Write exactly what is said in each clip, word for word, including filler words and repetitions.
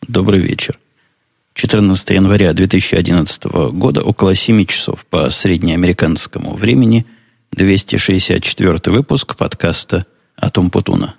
Добрый вечер. четырнадцатого января две тысячи одиннадцатого года, около семи часов по среднеамериканскому времени, двести шестьдесят четвёртый выпуск подкаста «Атум Путуна».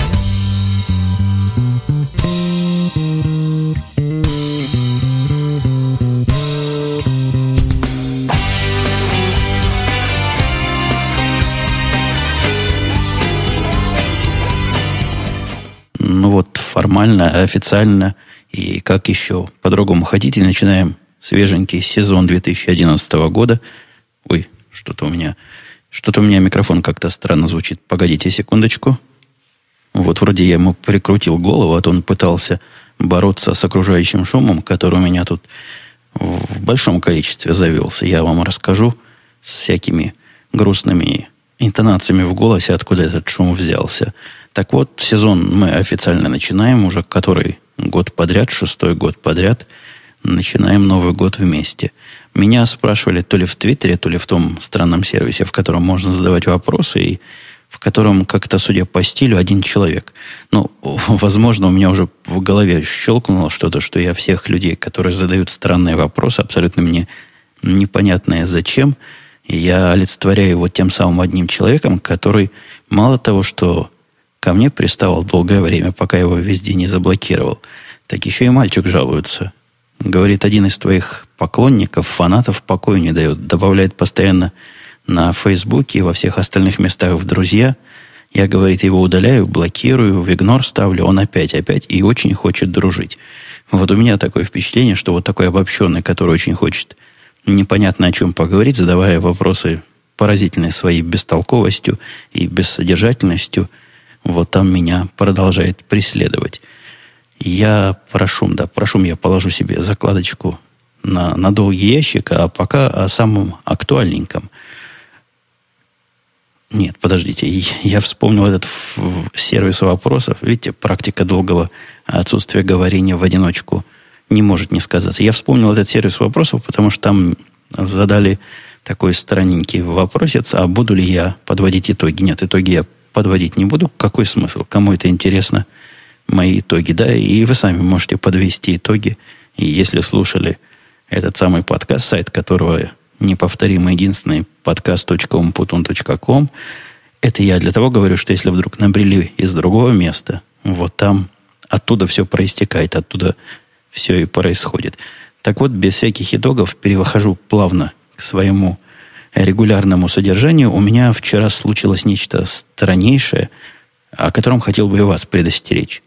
Ну вот, формально, официально и как еще по-другому хотите, начинаем свеженький сезон две тысячи одиннадцатого года. Ой, что-то у меня, что-то у меня микрофон как-то странно звучит. Погодите секундочку. Вот вроде я ему прикрутил голову, а то он пытался бороться с окружающим шумом, который у меня тут в большом количестве завелся. Я вам расскажу с всякими грустными интонациями в голосе, откуда этот шум взялся. Так вот, сезон мы официально начинаем, уже который год подряд, шестой год подряд, начинаем Новый год вместе. Меня спрашивали то ли в Твиттере, то ли в том странном сервисе, в котором можно задавать вопросы, и в котором как-то, судя по стилю, один человек. Ну, возможно, у меня уже в голове щелкнуло что-то, что я всех людей, которые задают странные вопросы, абсолютно мне непонятное зачем, и я олицетворяю его тем самым одним человеком, который мало того, что ко мне приставал долгое время, пока его везде не заблокировал, так еще и мальчик жалуется. Говорит, один из твоих поклонников, фанатов покоя не дает. Добавляет постоянно на Фейсбуке и во всех остальных местах в друзья. Я, говорит, его удаляю, блокирую, в игнор ставлю. Он опять, опять и очень хочет дружить. Вот у меня такое впечатление, что вот такой обобщенный, который очень хочет непонятно о чем поговорить, задавая вопросы поразительные своей бестолковостью и бессодержательностью, вот там меня продолжает преследовать. Я про шум, да, про шум я положу себе закладочку на, на долгий ящик, а пока о самом актуальненьком. Нет, подождите, я вспомнил этот сервис вопросов. Видите, практика долгого отсутствия говорения в одиночку не может не сказаться. Я вспомнил этот сервис вопросов, потому что там задали такой странненький вопросец, а буду ли я подводить итоги. Нет, итоги я подводить не буду. Какой смысл? Кому это интересно? Мои итоги, да? И вы сами можете подвести итоги. И если слушали этот самый подкаст, сайт которого неповторимый, единственный, подкаст точка умпутун точка ком, это я для того говорю, что если вдруг набрели из другого места, вот там оттуда все проистекает, оттуда все и происходит. Так вот, без всяких итогов перехожу плавно к своему регулярному содержанию. У меня вчера случилось нечто страннейшее, о котором хотел бы и вас предостеречь.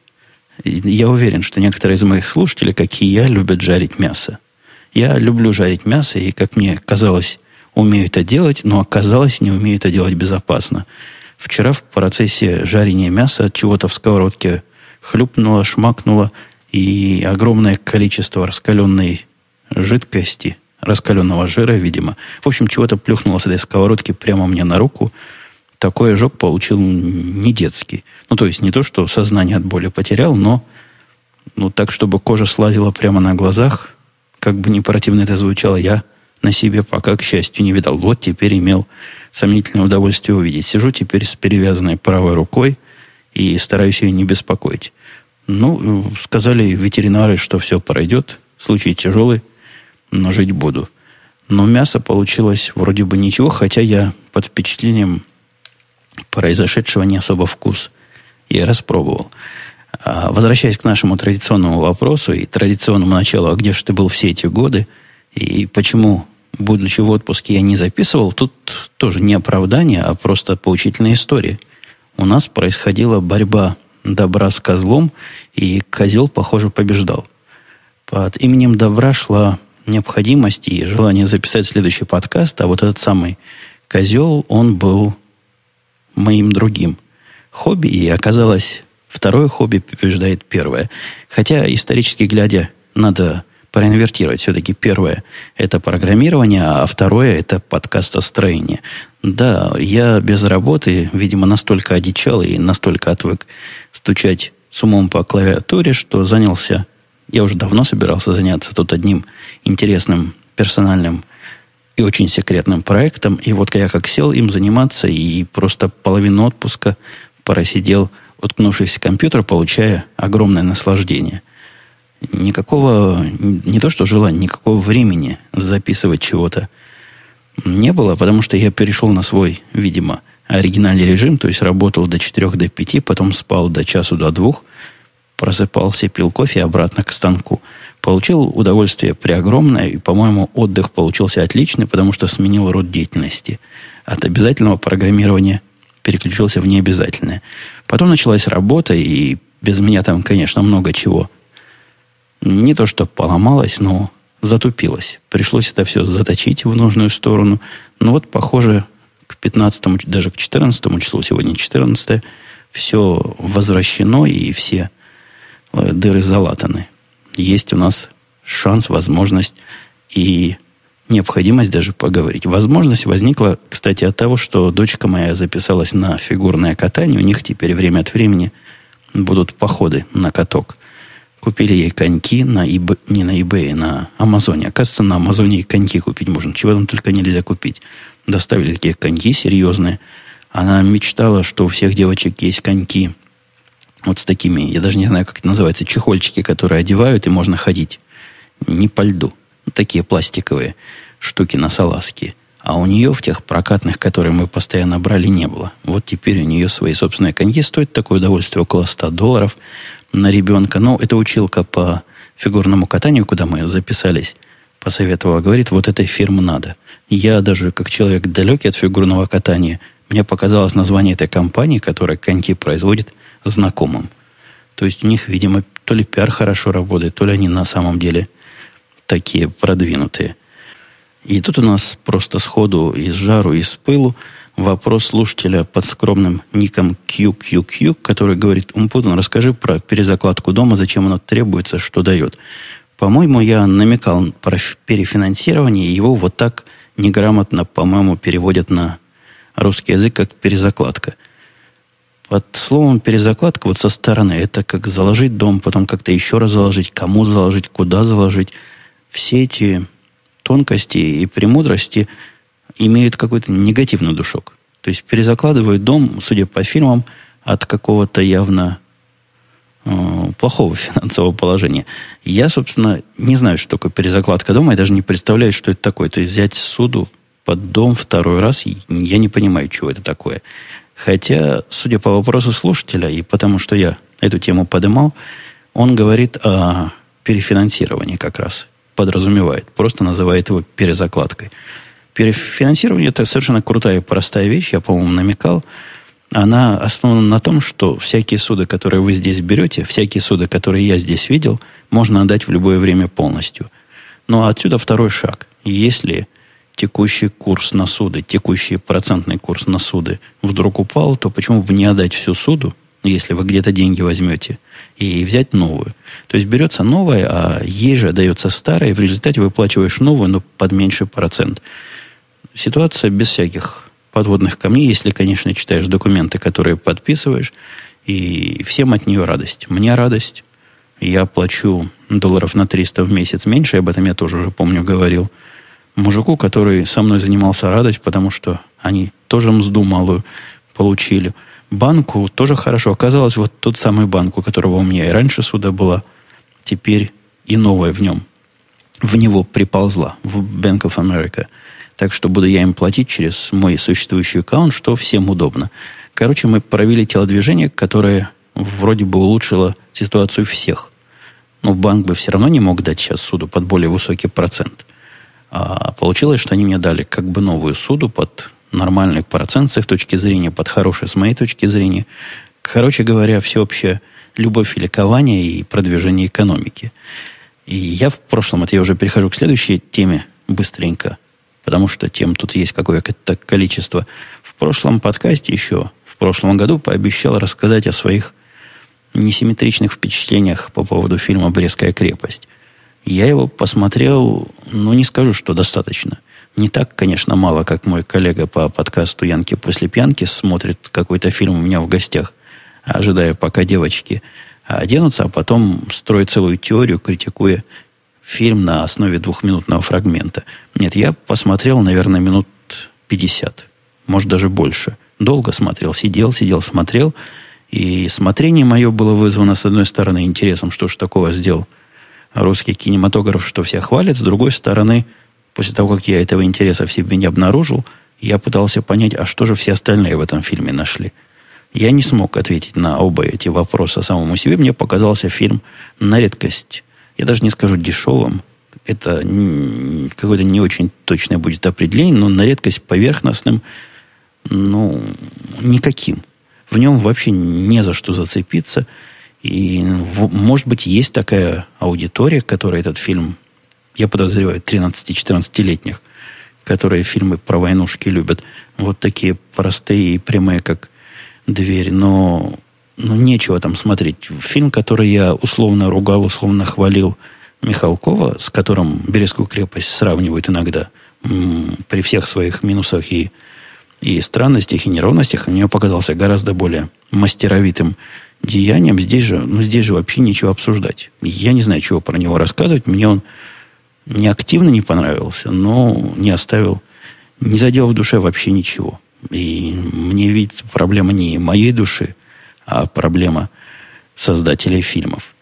Я уверен, что некоторые из моих слушателей, как и я, любят жарить мясо. Я люблю жарить мясо, и, как мне казалось, умею это делать, но оказалось, не умею это делать безопасно. Вчера в процессе жарения мяса чего-то в сковородке хлюпнуло, шмакнуло, и огромное количество раскаленной жидкости, раскаленного жира, видимо. В общем, чего-то плюхнуло с этой сковородки прямо мне на руку. Такой ожог получил не детский. Ну, то есть не то, что сознание от боли потерял, но ну, так, чтобы кожа слазила прямо на глазах, как бы не противно это звучало, я на себе пока, к счастью, не видал. Вот теперь имел сомнительное удовольствие увидеть. Сижу теперь с перевязанной правой рукой и стараюсь ее не беспокоить. Ну, сказали ветеринары, что все пройдет, случай тяжелый, но жить буду. Но мясо получилось вроде бы ничего, хотя я под впечатлением произошедшего не особо вкус и распробовал. А возвращаясь к нашему традиционному вопросу и традиционному началу, а где же ты был все эти годы, и почему, будучи в отпуске, я не записывал, тут тоже не оправдание, а просто поучительная история. У нас происходила борьба добра с козлом, и козел, похоже, побеждал. Под именем добра шла необходимость и желание записать следующий подкаст, а вот этот самый козел, он был моим другим хобби, и оказалось, второе хобби побеждает первое. Хотя, исторически глядя, надо проинвертировать. Все-таки первое – это программирование, а второе – это подкастостроение. Да, я без работы, видимо, настолько одичал и настолько отвык стучать с умом по клавиатуре, что занялся. Я уже давно собирался заняться тут одним интересным персональным и очень секретным проектом. И вот я как сел им заниматься, и просто половину отпуска просидел, уткнувшись в компьютер, получая огромное наслаждение. никакого, не то что желания, никакого времени записывать чего-то не было, потому что я перешел на свой, видимо, оригинальный режим, то есть работал до четырех, до пяти, потом спал до часу, до двух, просыпался, пил кофе и обратно к станку. Получил удовольствие преогромное, и, по-моему, отдых получился отличный, потому что сменил род деятельности. От обязательного программирования переключился в необязательное. Потом началась работа, и без меня там, конечно, много чего. Не то, что поломалось, но затупилось. Пришлось это все заточить в нужную сторону. Но вот, похоже, к пятнадцатому, даже к четырнадцатому числу, сегодня четырнадцатое, все возвращено, и все дыры залатаны. Есть у нас шанс, возможность и необходимость даже поговорить. Возможность возникла, кстати, от того, что дочка моя записалась на фигурное катание. У них теперь время от времени будут походы на каток. Купили ей коньки на eBay, не на eBay, на Амазоне. Оказывается, на Амазоне и коньки купить можно. Чего там только нельзя купить. Доставили такие коньки серьезные. Она мечтала, что у всех девочек есть коньки. Вот с такими, я даже не знаю, как это называется, чехольчики, которые одевают, и можно ходить. Не по льду. Такие пластиковые штуки на салазке. А у нее в тех прокатных, которые мы постоянно брали, не было. Вот теперь у нее свои собственные коньки. Стоит такое удовольствие около ста долларов на ребенка. Но эта училка по фигурному катанию, куда мы записались, посоветовала, говорит, вот этой фирмы надо. Я даже, как человек далекий от фигурного катания, мне показалось название этой компании, которая коньки производит, знакомым. То есть у них, видимо, то ли пиар хорошо работает, то ли они на самом деле такие продвинутые. И тут у нас просто сходу из жару, из пылу вопрос слушателя под скромным ником кью кью кью, который говорит: Умпутун, расскажи про перезакладку дома, зачем оно требуется, что дает. По-моему, я намекал про перефинансирование, и его вот так неграмотно, по-моему, переводят на русский язык как перезакладка. Под словом перезакладка вот со стороны это как заложить дом, потом как-то еще раз заложить, кому заложить, куда заложить. Все эти тонкости и премудрости имеют какой-то негативный душок. То есть перезакладывают дом, судя по фильмам, от какого-то явно э, плохого финансового положения. Я, собственно, не знаю, что такое перезакладка дома, я даже не представляю, что это такое. То есть взять суду под дом второй раз, я не понимаю, чего это такое. Хотя, судя по вопросу слушателя, и потому что я эту тему поднимал, он говорит о перефинансировании как раз. Подразумевает. Просто называет его перезакладкой. Перефинансирование – это совершенно крутая и простая вещь. Я, по-моему, намекал. Она основана на том, что всякие суды, которые вы здесь берете, всякие суды, которые я здесь видел, можно отдать в любое время полностью. Но отсюда второй шаг. Если текущий курс на суды, текущий процентный курс на суды вдруг упал, то почему бы не отдать всю суду, если вы где-то деньги возьмете, и взять новую. То есть берется новая, а ей же дается старая, и в результате выплачиваешь новую, но под меньший процент. Ситуация без всяких подводных камней, если, конечно, читаешь документы, которые подписываешь, и всем от нее радость. Мне радость. Я плачу долларов на триста в месяц меньше, об этом я тоже уже помню говорил. Мужику, который со мной занимался, радость, потому что они тоже мзду малую получили. Банку тоже хорошо. Оказалось, вот тот самый банк, у которого у меня и раньше суда была, теперь и новая в нем, в него приползла, в Bank of America. Так что буду я им платить через мой существующий аккаунт, что всем удобно. Короче, мы провели телодвижение, которое вроде бы улучшило ситуацию всех. Но банк бы все равно не мог дать сейчас суду под более высокий процент. А получилось, что они мне дали как бы новую суду под нормальный процент с их точки зрения, под хороший с моей точки зрения. Короче говоря, всеобщая любовь и ликование и продвижение экономики. И я в прошлом, это я уже перехожу к следующей теме быстренько, потому что тем тут есть какое-то количество. В прошлом подкасте еще, в прошлом году пообещал рассказать о своих несимметричных впечатлениях по поводу фильма «Брестская крепость». Я его посмотрел, ну, не скажу, что достаточно. Не так, конечно, мало, как мой коллега по подкасту «Янки после пьянки» смотрит какой-то фильм у меня в гостях, ожидая, пока девочки оденутся, а потом строит целую теорию, критикуя фильм на основе двухминутного фрагмента. Нет, я посмотрел, наверное, минут пятьдесят, может, даже больше. Долго смотрел, сидел, сидел, смотрел. И смотрение мое было вызвано, с одной стороны, интересом, что же такого сделал русский кинематограф, что все хвалят. С другой стороны, после того, как я этого интереса в себе не обнаружил, я пытался понять, а что же все остальные в этом фильме нашли. Я не смог ответить на оба эти вопроса самому себе. Мне показался фильм на редкость, я даже не скажу дешевым, это какое-то не очень точное будет определение, но на редкость поверхностным, ну, никаким. В нем вообще не за что зацепиться. И, может быть, есть такая аудитория, которая этот фильм, я подозреваю, тринадцати-четырнадцатилетних, которые фильмы про войнушки любят. Вот такие простые и прямые, как дверь. Но, но нечего там смотреть. Фильм, который я условно ругал, условно хвалил Михалкова, с которым Березскую крепость сравнивают иногда, м- при всех своих минусах и, и странностях, и неровностях, мне показался гораздо более мастеровитым деянием. Здесь же, ну, здесь же вообще нечего обсуждать. Я не знаю, чего про него рассказывать. Мне он не активно не понравился, но не оставил, не задел в душе вообще ничего. И мне видится проблема не моей души, а проблема создателей фильмов.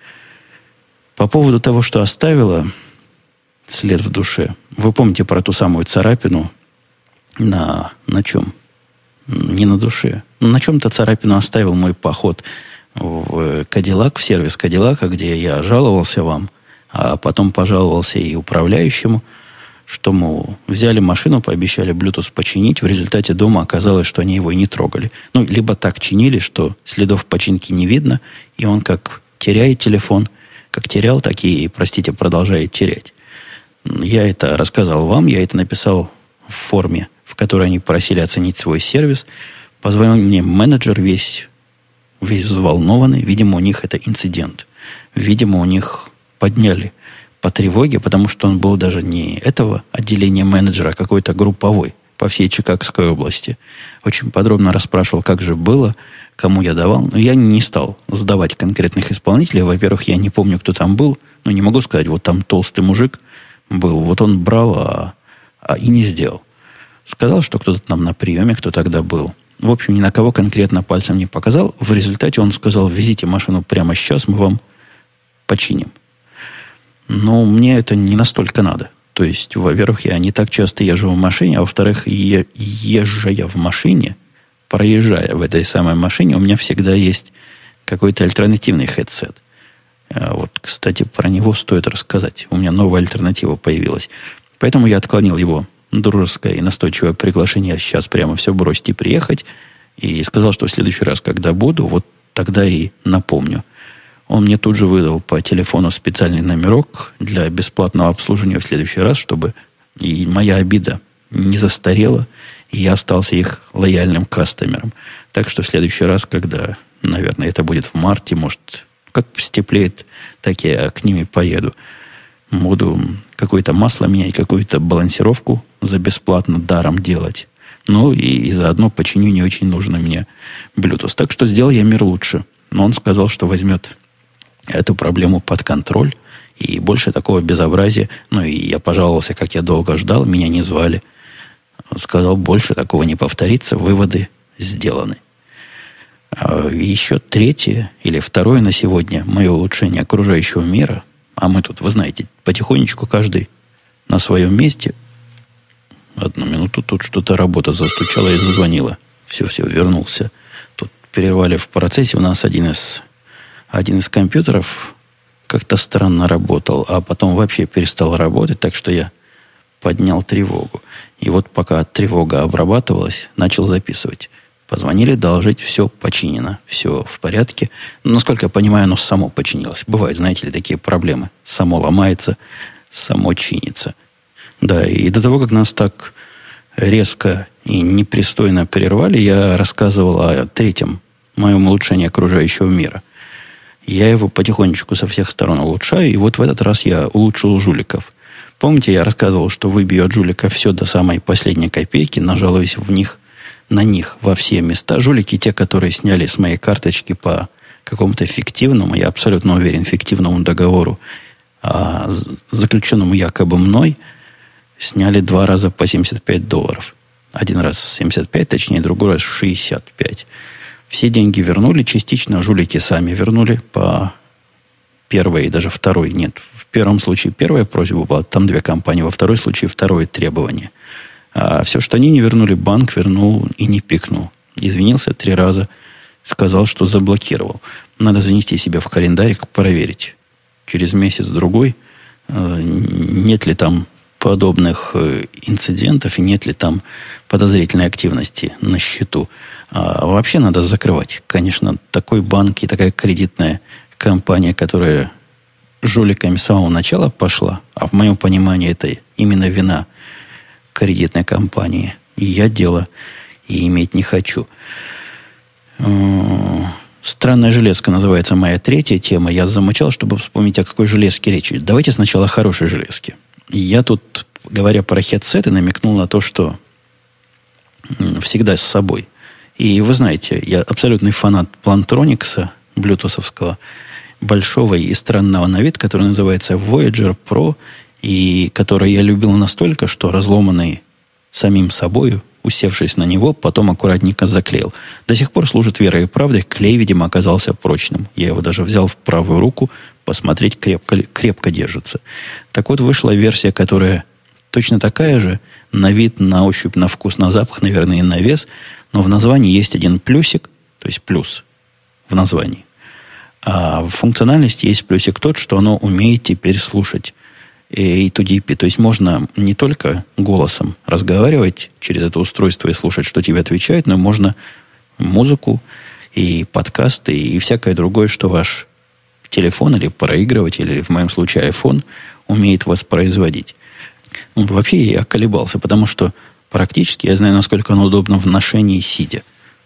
По поводу того, что оставила след в душе. Вы помните про ту самую царапину на, на чем? Не на душе. На чем-то царапину оставил мой поход в Кадиллак, в сервис Кадиллака, где я жаловался вам, а потом пожаловался и управляющему, что, мол, взяли машину, пообещали Bluetooth починить, в результате дома оказалось, что они его и не трогали. Ну, либо так чинили, что следов починки не видно, и он как теряет телефон, как терял, так и, простите, продолжает терять. Я это рассказал вам, я это написал в форме, в которой они просили оценить свой сервис. Позвонил мне менеджер весь, весь взволнованный. Видимо, у них это инцидент. Видимо, у них подняли по тревоге, потому что он был даже не этого отделения менеджера, а какой-то групповой по всей Чикагской области. Очень подробно расспрашивал, как же было, кому я давал. Но я не стал сдавать конкретных исполнителей. Во-первых, я не помню, кто там был. Но не могу сказать, вот там толстый мужик был. Вот он брал, а, а и не сделал. Сказал, что кто-то там на приеме, кто тогда был. В общем, ни на кого конкретно пальцем не показал. В результате он сказал, везите машину прямо сейчас, мы вам починим. Но мне это не настолько надо. То есть, во-первых, я не так часто езжу в машине, а во-вторых, е- езжая в машине, проезжая в этой самой машине, у меня всегда есть какой-то альтернативный хедсет. А вот, кстати, про него стоит рассказать. У меня новая альтернатива появилась. Поэтому я отклонил его дружеское и настойчивое приглашение сейчас прямо все бросить и приехать. И сказал, что в следующий раз, когда буду, вот тогда и напомню. Он мне тут же выдал по телефону специальный номерок для бесплатного обслуживания в следующий раз, чтобы и моя обида не застарела, и я остался их лояльным кастомером. Так что в следующий раз, когда, наверное, это будет в марте, может, как степлеет, так я к ними поеду. Буду какое-то масло менять, какую-то балансировку за бесплатно даром делать. Ну, и, и заодно починю не очень нужно мне Bluetooth. Так что сделал я мир лучше. Но он сказал, что возьмет эту проблему под контроль, и больше такого безобразия. Ну, и я пожаловался, как я долго ждал, меня не звали. Он сказал, больше такого не повторится, выводы сделаны. А еще третье или второе на сегодня мое улучшение окружающего мира. А мы тут, вы знаете, потихонечку каждый на своем месте. Одну минуту, тут что-то работа застучала и зазвонила. Все-все, вернулся. Тут перервали в процессе. У нас один из Один из компьютеров как-то странно работал, а потом вообще перестал работать, так что я поднял тревогу. И вот пока тревога обрабатывалась, начал записывать. Позвонили доложить, все починено, все в порядке. Но, насколько я понимаю, оно само починилось. Бывают, знаете ли, такие проблемы. Само ломается, само чинится. Да, и до того, как нас так резко и непристойно прервали, я рассказывал о третьем моем улучшении окружающего мира. Я его потихонечку со всех сторон улучшаю, и вот в этот раз я улучшил жуликов. Помните, я рассказывал, что выбью от жулика все до самой последней копейки, нажалуюсь в них, на них во все места. Жулики, те, которые сняли с моей карточки по какому-то фиктивному, я абсолютно уверен, фиктивному договору, а, заключенному якобы мной, сняли два раза по семьдесят пять долларов. Один раз семьдесят пять, точнее, другой раз шестьдесят пять. Все деньги вернули, частично жулики сами вернули по, первой и даже второй. Нет, в первом случае первая просьба была, там две компании, во второй случае второе требование. А все, что они не вернули, банк вернул и не пикнул. Извинился три раза, сказал, что заблокировал. Надо занести себе в календарик, проверить. Через месяц-другой, нет ли там подобных инцидентов и нет ли там подозрительной активности на счету. А вообще надо закрывать. Конечно, такой банк и такая кредитная компания, которая жуликами с самого начала пошла, а в моем понимании это именно вина кредитной компании, и я дело и иметь не хочу. Странная железка называется моя третья тема. Я замычал, чтобы вспомнить, о какой железке речь. Давайте сначала о хорошей железке. Я тут, говоря про хедсеты, намекнул на то, что всегда с собой. И вы знаете, я абсолютный фанат Plantronics, блютусовского, большого и странного на вид, который называется Voyager Pro, и который я любил настолько, что разломанный самим собою, усевшись на него, потом аккуратненько заклеил. До сих пор служит верой и правдой. Клей, видимо, оказался прочным. Я его даже взял в правую руку, посмотреть, крепко, крепко держится. Так вот, вышла версия, которая точно такая же, на вид, на ощупь, на вкус, на запах, наверное, и на вес, но в названии есть один плюсик, то есть плюс в названии. А в функциональности есть плюсик тот, что оно умеет теперь слушать эй ту ди пи. То есть можно не только голосом разговаривать через это устройство и слушать, что тебе отвечают, но можно музыку и подкасты и всякое другое, что ваш телефон или проигрыватель, или в моем случае iPhone умеет воспроизводить. Ну, вообще я колебался, потому что практически я знаю, насколько оно удобно в ношении сидя.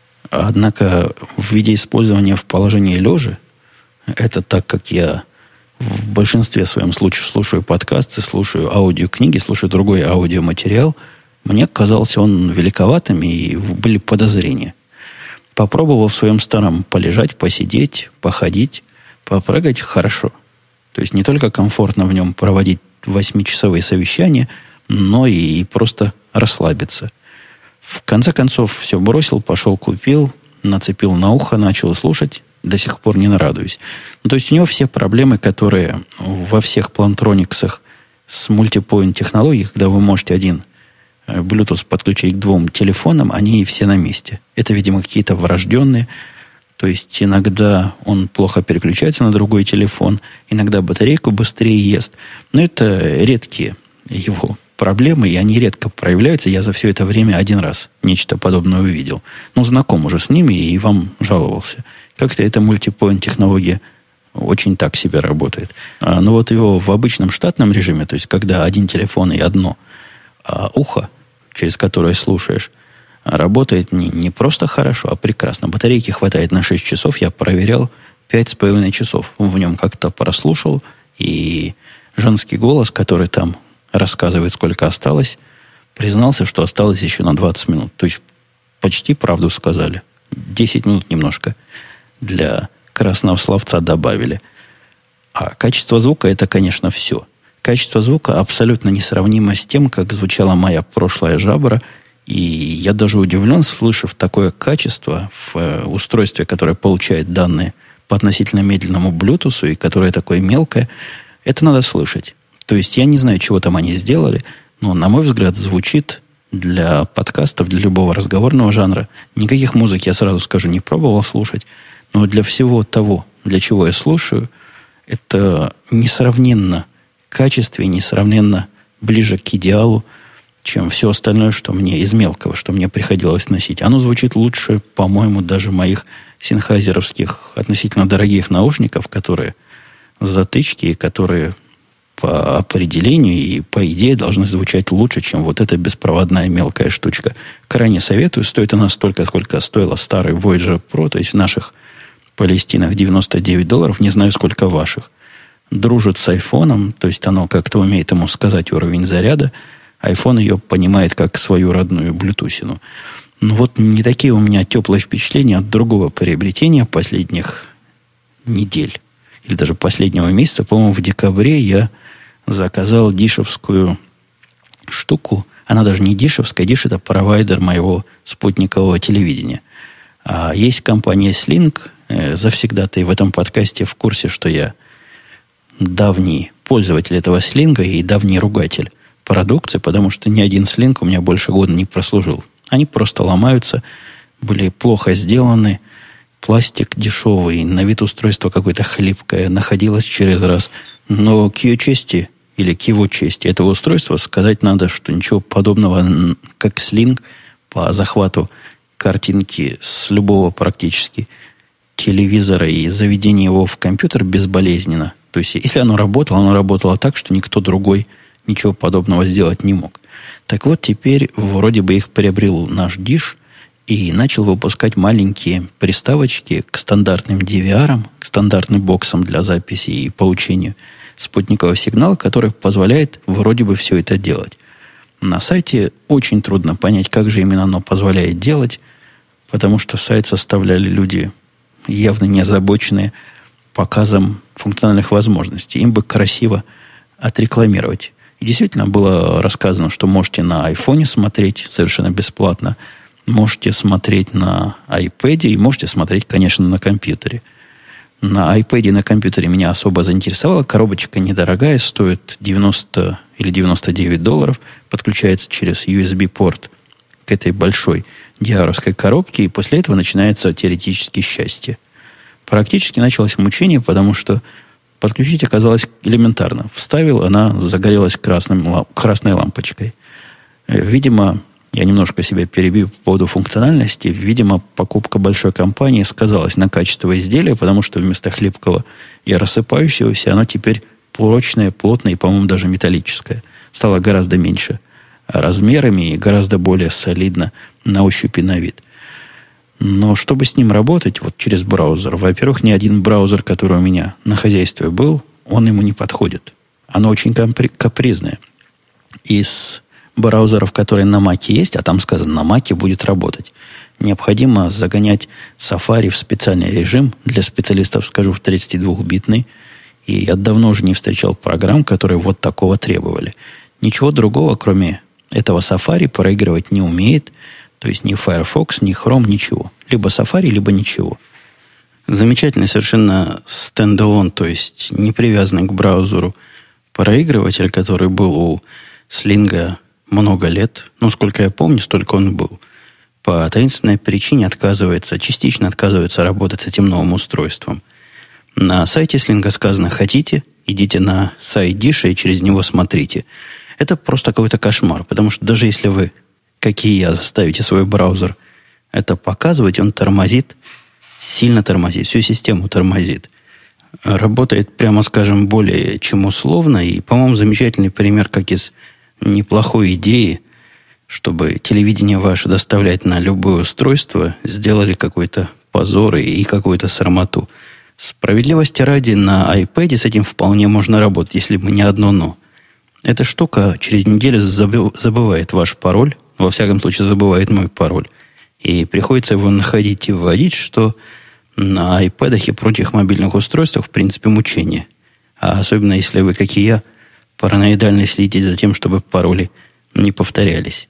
Однако в виде использования в положении лежа, это так как я в большинстве своем случаев слушаю подкасты, слушаю аудиокниги, слушаю другой аудиоматериал, мне казался он великоватым, и были подозрения. Попробовал в своем старом полежать, посидеть, походить, попрыгать хорошо. То есть не только комфортно в нем проводить восьмичасовые совещания, но и просто расслабиться. В конце концов, все бросил, пошел, купил, нацепил на ухо, начал слушать. До сих пор не нарадуюсь. Ну, то есть у него все проблемы, которые во всех плантрониксах с мультипоинт технологией, когда вы можете один Bluetooth подключить к двум телефонам, они все на месте. Это, видимо, какие-то врожденные. То есть иногда он плохо переключается на другой телефон, иногда батарейку быстрее ест. Но это редкие его проблемы, и они редко проявляются. Я за все это время один раз нечто подобное увидел. Ну, знаком уже с ними и вам жаловался. Как-то эта мультипоинт технология очень так себе работает. А, но вот его в обычном штатном режиме, то есть когда один телефон и одно а, ухо, через которое слушаешь, работает не, не просто хорошо, а прекрасно. Батарейки хватает на шесть часов. Я проверял пять с половиной часов. В нем как-то прослушал. И женский голос, который там рассказывает, сколько осталось, признался, что осталось еще на двадцать минут. То есть почти правду сказали. десять минут немножко для красного словца добавили. А качество звука — это, конечно, все. Качество звука абсолютно несравнимо с тем, как звучала моя прошлая жабра. И я даже удивлен, слышав такое качество в устройстве, которое получает данные по относительно медленному Bluetooth и которое такое мелкое. Это надо слышать. То есть я не знаю, чего там они сделали, но, на мой взгляд, звучит для подкастов, для любого разговорного жанра. Никаких музык, я сразу скажу, не пробовал слушать. Но для всего того, для чего я слушаю, это несравненно качественнее, несравненно ближе к идеалу, чем все остальное, что мне из мелкого, что мне приходилось носить. Оно звучит лучше, по-моему, даже моих синхайзеровских относительно дорогих наушников, которые затычки, которые по определению и по идее должны звучать лучше, чем вот эта беспроводная мелкая штучка. Крайне советую. Стоит она столько, сколько стоила старый Voyager Pro, то есть в наших Палестинах девяносто девять долларов, не знаю, сколько ваших. Дружит с айфоном, то есть оно как-то умеет ему сказать уровень заряда. iPhone ее понимает как свою родную блютусину. Но вот не такие у меня теплые впечатления от другого приобретения последних недель. Или даже последнего месяца. По-моему, в декабре я заказал дишевскую штуку. Она даже не дишевская. Диш — это провайдер моего спутникового телевидения. А есть компания Slink. Завсегда-то и в этом подкасте в курсе, что я давний пользователь этого слинга и давний ругатель продукции, потому что ни один слинг у меня больше года не прослужил. Они просто ломаются, были плохо сделаны, пластик дешевый, на вид устройство какое-то хлипкое, находилось через раз. Но к ее чести, или к его чести этого устройства сказать надо, что ничего подобного, как слинг, по захвату картинки с любого практически телевизора и заведения его в компьютер безболезненно. То есть, если оно работало, оно работало так, что никто другой ничего подобного сделать не мог. Так вот, теперь вроде бы их приобрел наш Dish и начал выпускать маленькие приставочки к стандартным ди ви ар, к стандартным боксам для записи и получения спутникового сигнала, который позволяет вроде бы все это делать. На сайте очень трудно понять, как же именно оно позволяет делать, потому что сайт составляли люди, явно не озабоченные показом функциональных возможностей. Им бы красиво отрекламировать. И действительно было рассказано, что можете на айфоне смотреть совершенно бесплатно, можете смотреть на iPad и можете смотреть, конечно, на компьютере. На iPad и на компьютере меня особо заинтересовала. Коробочка недорогая, стоит девяносто или девяносто девять долларов. Подключается через ю эс би-порт к этой большой ди ар-овской коробке. И после этого начинается теоретически счастье. Практически началось мучение, потому что подключить оказалось элементарно. Вставил, она загорелась красным, красной лампочкой. Видимо, я немножко себя перебью по поводу функциональности. Видимо, покупка большой компании сказалась на качестве изделия, потому что вместо хлипкого и рассыпающегося оно теперь прочное, плотное и, по-моему, даже металлическое. Стало гораздо меньше размерами и гораздо более солидно на ощупь и на вид. Но чтобы с ним работать, вот через браузер, во-первых, ни один браузер, который у меня на хозяйстве был, он ему не подходит. Оно очень капризное. Из браузеров, которые на Маке есть, а там сказано, на Маке будет работать, необходимо загонять Safari в специальный режим, для специалистов, скажу, в тридцатидвухбитный. И я давно уже не встречал программ, которые вот такого требовали. Ничего другого, кроме этого Safari, проигрывать не умеет. То есть ни Firefox, ни Chrome, ничего. Либо Safari, либо ничего. Замечательный совершенно стендалон, то есть не привязанный к браузеру проигрыватель, который был у Слинга много лет. Ну, сколько я помню, столько он был. По таинственной причине отказывается, частично отказывается работать с этим новым устройством. На сайте Слинга сказано, хотите, идите на сайт Диша и через него смотрите. Это просто какой-то кошмар, потому что даже если вы, как и я, заставите свой браузер это показывать, он тормозит, сильно тормозит, всю систему тормозит. Работает, прямо скажем, более чем условно. И, по-моему, замечательный пример, как из неплохой идеи, чтобы телевидение ваше доставлять на любое устройство, сделали какой-то позор и какую-то срамоту. Справедливости ради, на iPad с этим вполне можно работать, если бы не одно «но». Эта штука через неделю забывает ваш пароль, во всяком случае забывает мой пароль, и приходится его находить и вводить, что на iPad и прочих мобильных устройствах в принципе мучение. А особенно если вы, как и я, параноидально следите за тем, чтобы пароли не повторялись.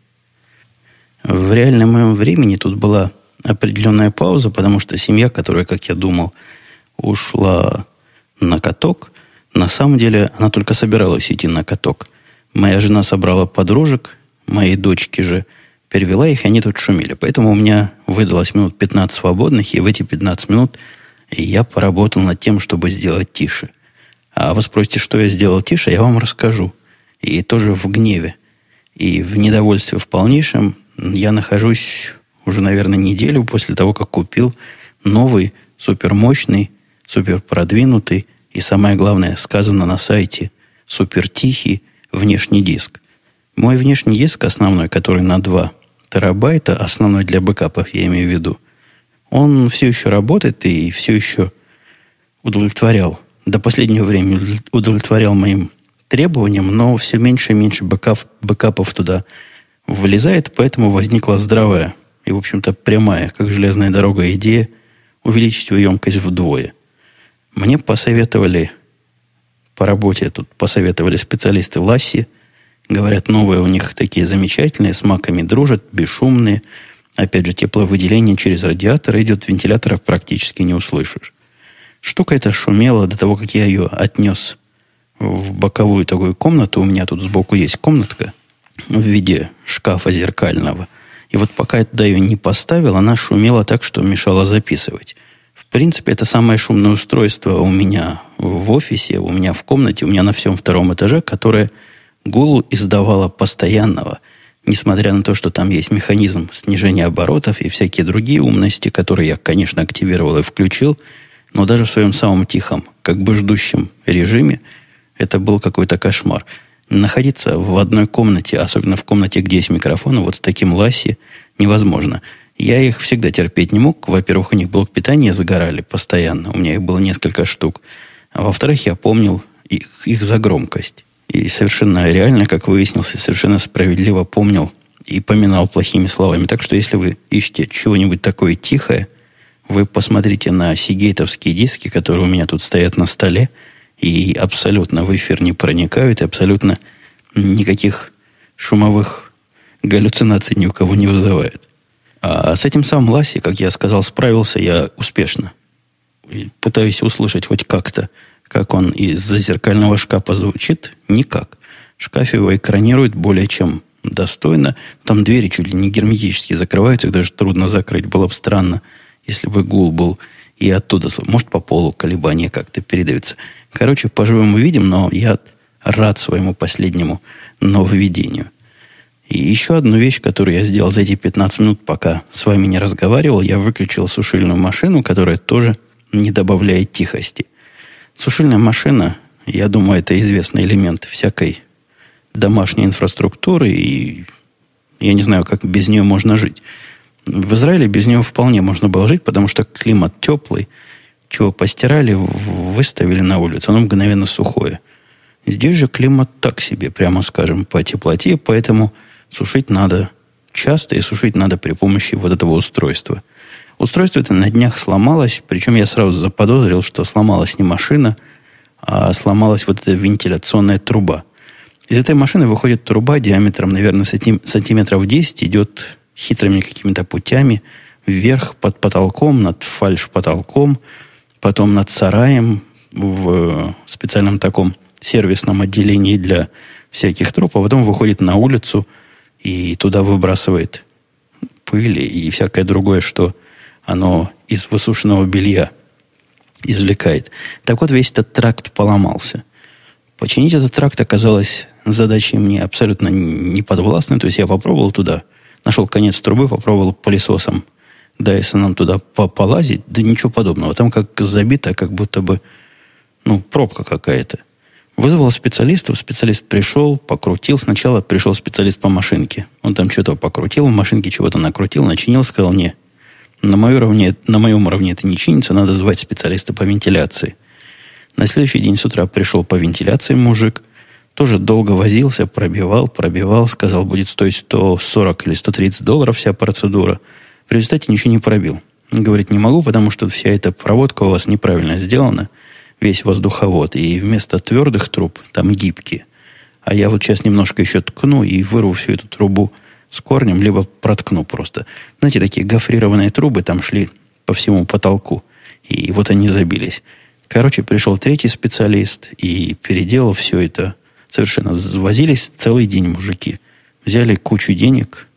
В реальном времени тут была определенная пауза, потому что семья, которая, как я думал, ушла на каток, на самом деле она только собиралась идти на каток. Моя жена собрала подружек, моей дочке же перевела их, и они тут шумели. Поэтому у меня выдалось минут пятнадцать свободных, и в эти пятнадцать минут я поработал над тем, чтобы сделать тише. А вы спросите, что я сделал тише, я вам расскажу. И тоже в гневе. И в недовольстве в полнейшем я нахожусь уже, наверное, неделю после того, как купил новый, супермощный, суперпродвинутый и, самое главное, сказано на сайте, супертихий внешний диск. Мой внешний диск основной, который на два терабайта, основной для бэкапов, я имею в виду, он все еще работает и все еще удовлетворял, до последнего времени удовлетворял моим требованиям, но все меньше и меньше бэкап, бэкапов туда вылезает, поэтому возникла здравая и, в общем-то, прямая, как железная дорога, идея увеличить его емкость вдвое. Мне посоветовали по работе, тут посоветовали специалисты Ласси, говорят, новые у них такие замечательные, с маками дружат, бесшумные. Опять же, тепловыделение через радиатор идет, вентиляторов практически не услышишь. Штука эта шумела до того, как я ее отнес в боковую такую комнату. У меня тут сбоку есть комнатка в виде шкафа зеркального. И вот пока я туда ее не поставил, она шумела так, что мешала записывать. В принципе, это самое шумное устройство у меня в офисе, у меня в комнате, у меня на всем втором этаже, которое гулу издавало постоянного, несмотря на то, что там есть механизм снижения оборотов и всякие другие умности, которые я, конечно, активировал и включил, но даже в своем самом тихом, как бы ждущем режиме, это был какой-то кошмар. Находиться в одной комнате, особенно в комнате, где есть микрофон, вот с таким ласси, невозможно. Я их всегда терпеть не мог. Во-первых, у них блок питания загорали постоянно. У меня их было несколько штук. А во-вторых, я помнил их, их за громкость. И совершенно реально, как выяснилось, совершенно справедливо помнил и поминал плохими словами. Так что, если вы ищете чего-нибудь такое тихое, вы посмотрите на сигейтовские диски, которые у меня тут стоят на столе, и абсолютно в эфир не проникают, и абсолютно никаких шумовых галлюцинаций ни у кого не вызывают. А с этим самым Ласси, как я сказал, справился я успешно. И пытаюсь услышать хоть как-то, как он из-за зеркального шкафа звучит. Никак. Шкаф его экранирует более чем достойно. Там двери чуть ли не герметически закрываются, их даже трудно закрыть. Было бы странно, если бы гул был и оттуда, может, по полу колебания как-то передаются. Короче, поживем увидим, но я рад своему последнему нововведению. И еще одну вещь, которую я сделал за эти пятнадцать минут, пока с вами не разговаривал, я выключил сушильную машину, которая тоже не добавляет тихости. Сушильная машина, я думаю, это известный элемент всякой домашней инфраструктуры, и я не знаю, как без нее можно жить. В Израиле без нее вполне можно было жить, потому что климат теплый, чего постирали, выставили на улицу, оно мгновенно сухое. Здесь же климат так себе, прямо скажем, по теплоте, поэтому сушить надо часто, и сушить надо при помощи вот этого устройства. Устройство это на днях сломалось, причем я сразу заподозрил, что сломалась не машина, а сломалась вот эта вентиляционная труба. Из этой машины выходит труба диаметром, наверное, сантиметров десять, идет хитрыми какими-то путями вверх под потолком, над фальш-потолком, потом над сараем в специальном таком сервисном отделении для всяких труб, а потом выходит на улицу и туда выбрасывает пыль и всякое другое, что оно из высушенного белья извлекает. Так вот, весь этот тракт поломался. Починить этот тракт оказалось задачей мне абсолютно неподвластной. То есть я попробовал туда, нашел конец трубы, попробовал пылесосом Дайсоном туда полазить, да ничего подобного. Там как забито, как будто бы ну, пробка какая-то. Вызвал специалистов, специалист пришел, покрутил. Сначала пришел специалист по машинке. Он там что-то покрутил, в машинке чего-то накрутил, начинил, сказал, не, на моем уровне, на моем уровне это не чинится, надо звать специалиста по вентиляции. На следующий день с утра пришел по вентиляции мужик, тоже долго возился, пробивал, пробивал, сказал, будет стоить сто сорок или сто тридцать долларов вся процедура. В результате ничего не пробил. Говорит, не могу, потому что вся эта проводка у вас неправильно сделана, весь воздуховод, и вместо твердых труб там гибкие. А я вот сейчас немножко еще ткну и вырву всю эту трубу с корнем, либо проткну просто. Знаете, такие гофрированные трубы там шли по всему потолку, и вот они забились. Короче, пришел третий специалист и переделал все это. Совершенно возились целый день мужики. Взяли кучу денег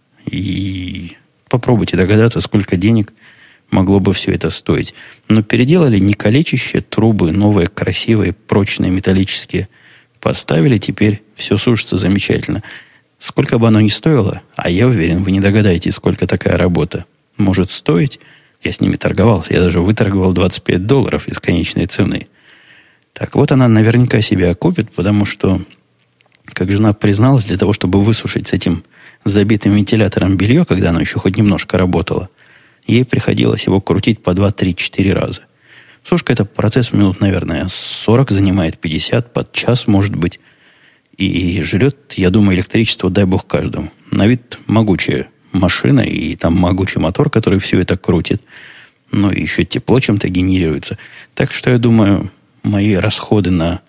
и попробуйте догадаться, сколько денег могло бы все это стоить. Но переделали не калечащие трубы, новые, красивые, прочные, металлические. Поставили, теперь все сушится замечательно. Сколько бы оно ни стоило, а я уверен, вы не догадаетесь, сколько такая работа может стоить. Я с ними торговался, я даже выторговал двадцать пять долларов из конечной цены. Так вот, она наверняка себя окупит, потому что, как жена призналась, для того, чтобы высушить с этим забитым вентилятором белье, когда оно еще хоть немножко работало, ей приходилось его крутить по два, три, четыре раза. Сушка – это процесс минут, наверное, сорок занимает, пятьдесят, под час, может быть. И жрет, я думаю, электричество, дай бог каждому. На вид могучая машина, и там могучий мотор, который все это крутит. Ну, и еще тепло чем-то генерируется. Так что, я думаю, мои расходы на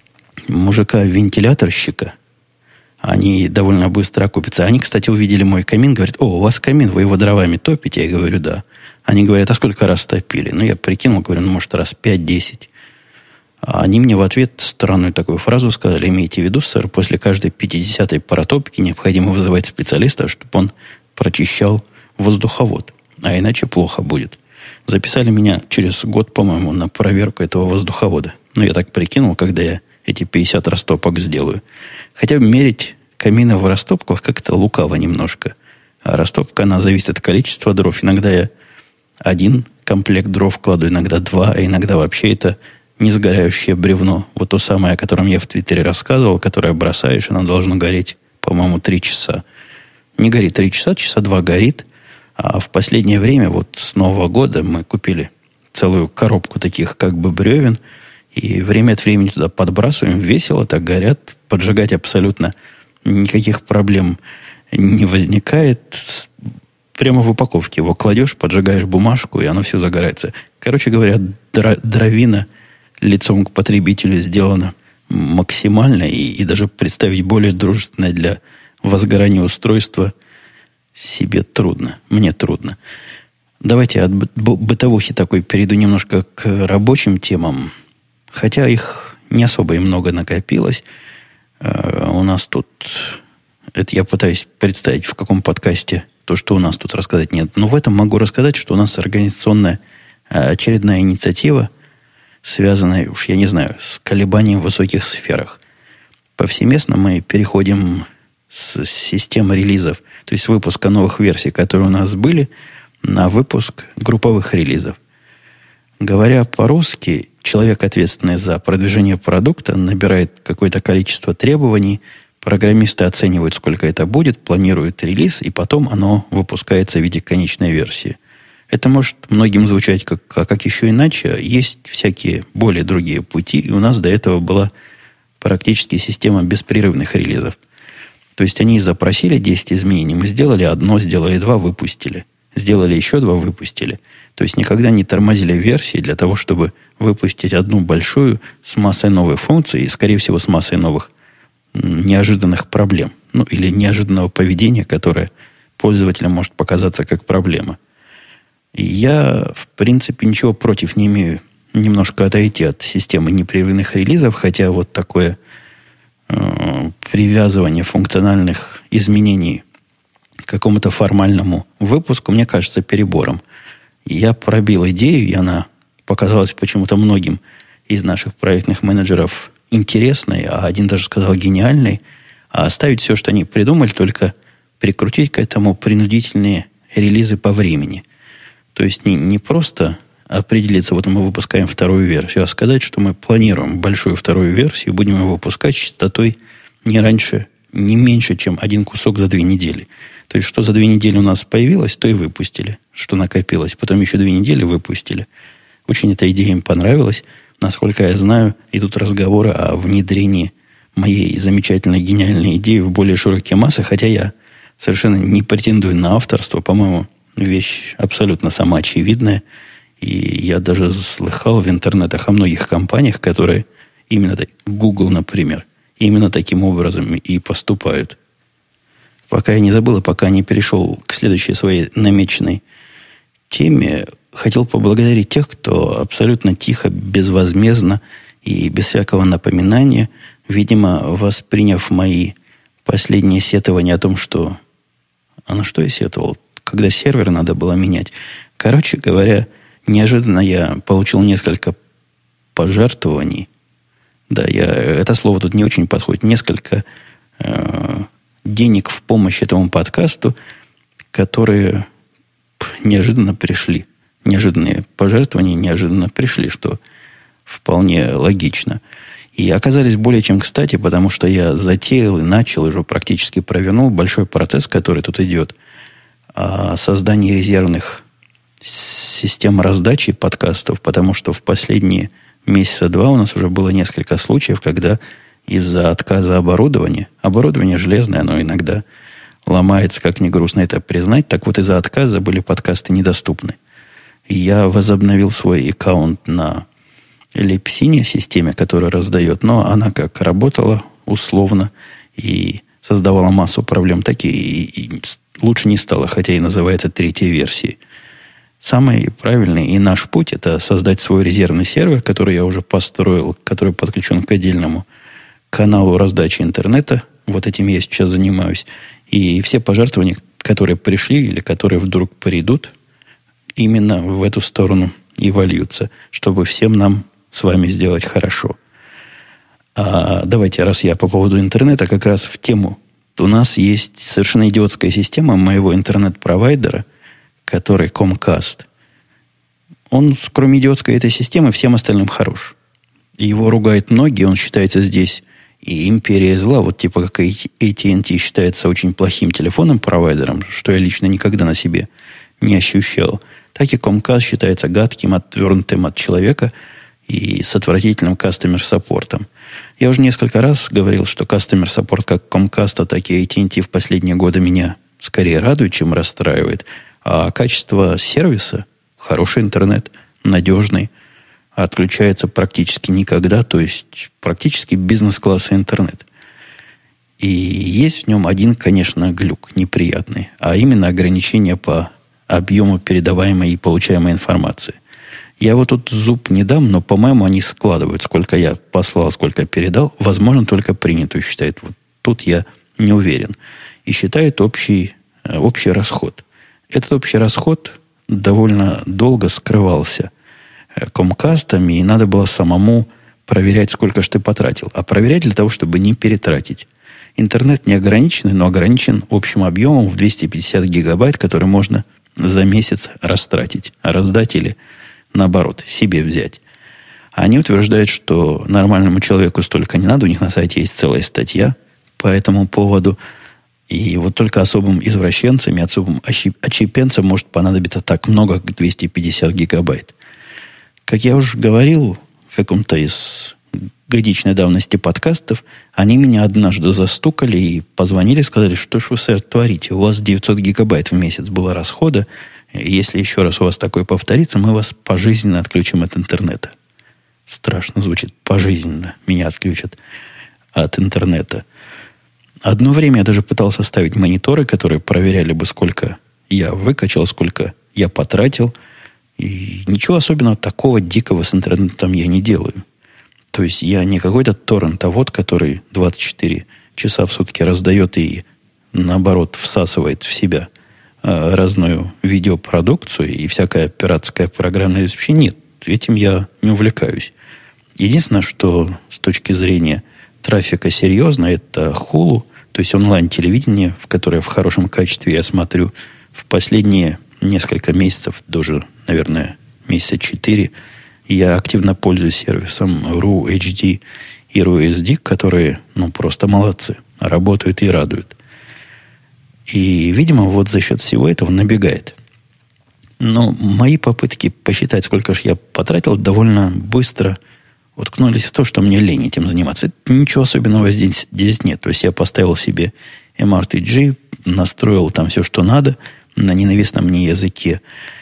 мужика-вентиляторщика, они довольно быстро окупятся. Они, кстати, увидели мой камин, говорят, о, у вас камин, вы его дровами топите? Я говорю, да. Они говорят, а сколько раз топили? Ну, я прикинул, говорю, ну, может, раз пять-десять. А они мне в ответ странную такую фразу сказали: имейте в виду, сэр, после каждой пятидесятой паротопки необходимо вызывать специалиста, чтобы он прочищал воздуховод. А иначе плохо будет. Записали меня через год, по-моему, на проверку этого воздуховода. Ну, я так прикинул, когда я эти пятьдесят растопок сделаю. Хотя мерить камины в растопках как-то лукаво немножко. А растопка, она зависит от количества дров. Иногда я один комплект дров кладу, иногда два, а иногда вообще это несгорающее бревно. Вот то самое, о котором я в Твиттере рассказывал, которое бросаешь, оно должно гореть, по-моему, три часа. Не горит три часа, часа два горит. А в последнее время, вот с Нового года, мы купили целую коробку таких как бы бревен, и время от времени туда подбрасываем, весело так горят, поджигать абсолютно никаких проблем не возникает. Прямо в упаковке его кладешь, поджигаешь бумажку, и оно все загорается. Короче говоря, дровина лицом к потребителю сделана максимально, и, и даже представить более дружественное для возгорания устройства себе трудно. Мне трудно. Давайте от бытовухи такой перейду немножко к рабочим темам. Хотя их не особо и много накопилось. У нас тут... Это я пытаюсь представить, в каком подкасте то, что у нас тут рассказать нет. Но в этом могу рассказать, что у нас организационная очередная инициатива, связанная, уж я не знаю, с колебанием в высоких сферах. Повсеместно мы переходим с системы релизов, то есть выпуска новых версий, которые у нас были, на выпуск групповых релизов. Говоря по-русски, человек, ответственный за продвижение продукта, набирает какое-то количество требований, программисты оценивают, сколько это будет, планируют релиз, и потом оно выпускается в виде конечной версии. Это может многим звучать как, как, как еще иначе. Есть всякие более другие пути, и у нас до этого была практически система беспрерывных релизов. То есть они запросили десять изменений, мы сделали одно, сделали два, выпустили. Сделали еще два, выпустили. То есть никогда не тормозили версии для того, чтобы выпустить одну большую с массой новых функций и, скорее всего, с массой новых неожиданных проблем. Ну, или неожиданного поведения, которое пользователям может показаться как проблема. И я, в принципе, ничего против не имею немножко отойти от системы непрерывных релизов, хотя вот такое э, привязывание функциональных изменений к какому-то формальному выпуску мне кажется перебором. Я пробил идею, и она показалась почему-то многим из наших проектных менеджеров интересной, а один даже сказал гениальной, а оставить все, что они придумали, только прикрутить к этому принудительные релизы по времени. То есть не, не просто определиться, вот мы выпускаем вторую версию, а сказать, что мы планируем большую вторую версию, будем ее выпускать с частотой не раньше, не меньше, чем один кусок за две недели. То есть, что за две недели у нас появилось, то и выпустили, что накопилось. Потом еще две недели выпустили. Очень эта идея им понравилась. Насколько я знаю, идут разговоры о внедрении моей замечательной, гениальной идеи в более широкие массы, хотя я совершенно не претендую на авторство. По-моему, вещь абсолютно самоочевидная. И я даже слыхал в интернетах о многих компаниях, которые именно так, Google, например, именно таким образом и поступают. Пока я не забыл, и пока не перешел к следующей своей намеченной теме, хотел поблагодарить тех, кто абсолютно тихо, безвозмездно и без всякого напоминания, видимо, восприняв мои последние сетования о том, что... А на что я сетовал? Когда сервер надо было менять. Короче говоря, неожиданно я получил несколько пожертвований. Да, я, это слово тут не очень подходит. Несколько э, денег в помощь этому подкасту, которые неожиданно пришли. Неожиданные пожертвования неожиданно пришли, что вполне логично. И оказались более чем кстати, потому что я затеял и начал, уже практически провернул большой процесс, который тут идет, о создании резервных систем раздачи подкастов, потому что в последние месяца два у нас уже было несколько случаев, когда из-за отказа оборудования, оборудование железное, оно иногда ломается, как ни грустно это признать, так вот из-за отказа были подкасты недоступны. И я возобновил свой аккаунт на Лепсине, системе, которая раздает, но она как работала условно и создавала массу проблем, так и, и лучше не стало, хотя и называется третьей версией. Самый правильный и наш путь – это создать свой резервный сервер, который я уже построил, который подключен к отдельному каналу раздачи интернета. Вот этим я сейчас занимаюсь. И все пожертвования, которые пришли или которые вдруг придут, именно в эту сторону и вольются, чтобы всем нам с вами сделать хорошо. А давайте, раз я по поводу интернета, как раз в тему. У нас есть совершенно идиотская система моего интернет-провайдера, который Comcast. Он, кроме идиотской этой системы, всем остальным хорош. Его ругают многие, он считается здесь и империя зла, вот типа как эй ти энд ти считается очень плохим телефонным провайдером, что я лично никогда на себе не ощущал, так и Comcast считается гадким, отвернутым от человека и с отвратительным кастомер-саппортом. Я уже несколько раз говорил, что кастомер-саппорт как Comcast, так и эй ти энд ти в последние годы меня скорее радует, чем расстраивает. А качество сервиса, хороший интернет, надежный, отключается практически никогда, то есть практически бизнес-класса интернет. И есть в нем один, конечно, глюк неприятный, а именно ограничение по объему передаваемой и получаемой информации. Я вот тут зуб не дам, но, по-моему, они складывают, сколько я послал, сколько передал. Возможно, только принятую считают. Вот тут я не уверен. И считают общий, общий расход. Этот общий расход довольно долго скрывался Комкастами, и надо было самому проверять, сколько же ты потратил. А проверять для того, чтобы не перетратить. Интернет не ограниченный, но ограничен общим объемом в двести пятьдесят гигабайт, который можно за месяц растратить, раздать или, наоборот, себе взять. Они утверждают, что нормальному человеку столько не надо. У них на сайте есть целая статья по этому поводу. И вот только особым извращенцам и особым отщепенцам может понадобиться так много, как двести пятьдесят гигабайт. Как я уже говорил в каком-то из годичной давности подкастов, они меня однажды застукали и позвонили, сказали, что ж вы, сэр, творите? У вас девятьсот гигабайт в месяц было расхода. Если еще раз у вас такое повторится, мы вас пожизненно отключим от интернета. Страшно звучит. Пожизненно меня отключат от интернета. Одно время я даже пытался ставить мониторы, которые проверяли бы, сколько я выкачал, сколько я потратил. И ничего особенного такого дикого с интернетом я не делаю. То есть я не какой-то торрентовод, который двадцать четыре часа в сутки раздает и, наоборот, всасывает в себя э, разную видеопродукцию и всякое пиратское программное обеспечение. Нет, этим я не увлекаюсь. Единственное, что с точки зрения трафика серьезно, это Hulu, то есть онлайн-телевидение, в которое в хорошем качестве я смотрю в последние несколько месяцев, даже, наверное, месяца четыре, я активно пользуюсь сервисом ru эйч ди и ru эс ди, которые, ну, просто молодцы, работают и радуют. И, видимо, вот за счет всего этого набегает. Но мои попытки посчитать, сколько же я потратил, довольно быстро уткнулись в то, что мне лень этим заниматься. Ничего особенного здесь, здесь нет. То есть я поставил себе эм ар ти джи, настроил там все, что надо, на ненавистном мне языке.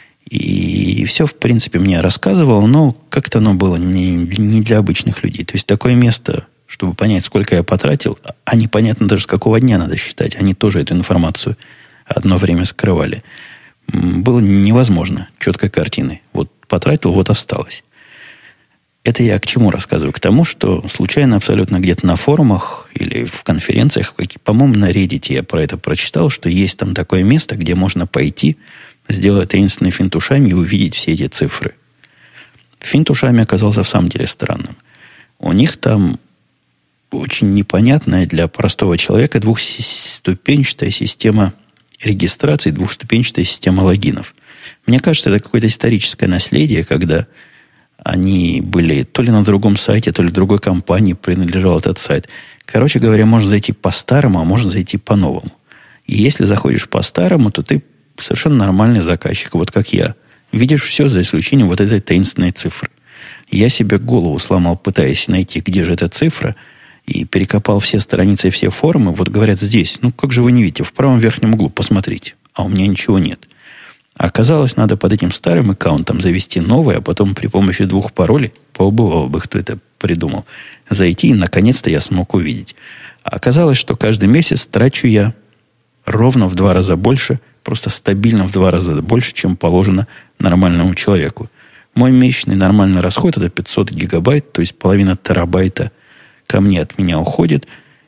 И все, в принципе, мне рассказывал, но как-то оно было не, не для обычных людей. То есть такое место, чтобы понять, сколько я потратил, а непонятно даже, с какого дня надо считать. Они тоже эту информацию одно время скрывали. Было невозможно четкой картины. Вот потратил, вот осталось. Это я к чему рассказываю? К тому, что случайно абсолютно где-то на форумах или в конференциях, по-моему, на Reddit я про это прочитал, что есть там такое место, где можно пойти, сделать таинственный финт ушами и увидеть все эти цифры. Финт ушами оказался в самом деле странным. У них там очень непонятная для простого человека двухступенчатая система регистрации, двухступенчатая система логинов. Мне кажется, это какое-то историческое наследие, когда они были то ли на другом сайте, то ли другой компании принадлежал этот сайт. Короче говоря, можно зайти по-старому, а можно зайти по-новому. И если заходишь по-старому, то ты совершенно нормальный заказчик, вот как я. Видишь все, за исключением вот этой таинственной цифры. Я себе голову сломал, пытаясь найти, где же эта цифра, и перекопал все страницы и все форумы. Вот говорят здесь. Ну, как же вы не видите? В правом верхнем углу посмотрите. А у меня ничего нет. Оказалось, надо под этим старым аккаунтом завести новый, а потом при помощи двух паролей, поубывало бы, кто это придумал, зайти, и наконец-то я смог увидеть. А оказалось, что каждый месяц трачу я ровно в два раза больше просто стабильно в два раза больше, чем положено нормальному человеку. Мой месячный нормальный расход это пятьсот гигабайт, то есть половина терабайта ко мне от меня уходит.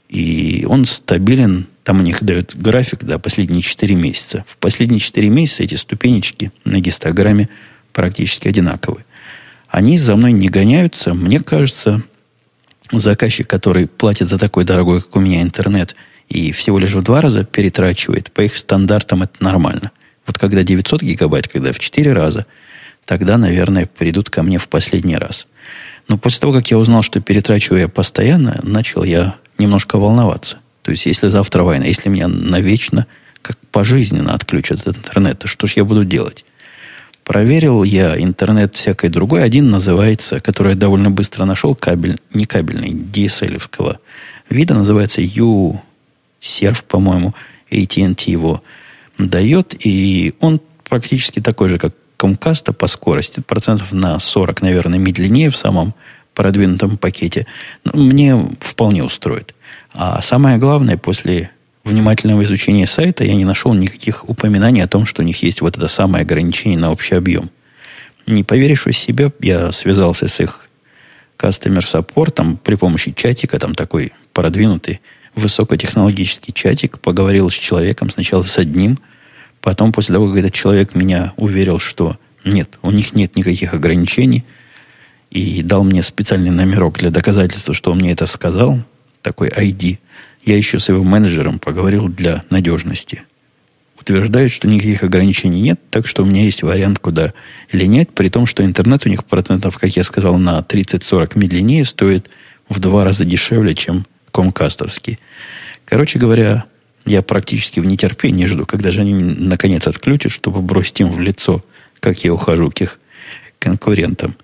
И он стабилен. Там у них дают график, да, последние четыре месяца. В последние четыре месяца эти ступенечки на гистограмме практически одинаковые. Они за мной не гоняются. Мне кажется, заказчик, который платит за такой дорогой, как у меня, интернет, и всего лишь в два раза перетрачивает, по их стандартам это нормально. Вот когда девятьсот гигабайт, когда в четыре раза, тогда, наверное, придут ко мне в последний раз. Но после того, как я узнал, что перетрачиваю я постоянно, начал я немножко волноваться. То есть, если завтра война, если меня навечно, как пожизненно отключат от интернета, что ж я буду делать? Проверил я интернет всякой другой. Один называется, который я довольно быстро нашел, кабель, не кабельный, ди эс эл-овского вида, называется U-Serve, по-моему, эй ти энд ти его дает, и он практически такой же, как Comcast по скорости, процентов на сорок, наверное, медленнее в самом продвинутом пакете. Мне вполне устроит. А самое главное, после внимательного изучения сайта я не нашел никаких упоминаний о том, что у них есть вот это самое ограничение на общий объем. Не поверив в себя, я связался с их customer support при помощи чатика, там такой продвинутый высокотехнологический чатик, поговорил с человеком, сначала с одним, потом, после того, как этот человек меня уверил, что нет, у них нет никаких ограничений, и дал мне специальный номерок для доказательства, что он мне это сказал, такой ай ди, я еще с его менеджером поговорил для надежности. Утверждают, что никаких ограничений нет, так что у меня есть вариант, куда линять, при том, что интернет у них процентов, как я сказал, на тридцать-сорок медленнее, стоит в два раза дешевле, чем комкастовский. Короче говоря, я практически в нетерпении жду, когда же они наконец отключат, чтобы бросить им в лицо, как я ухожу к их конкурентам.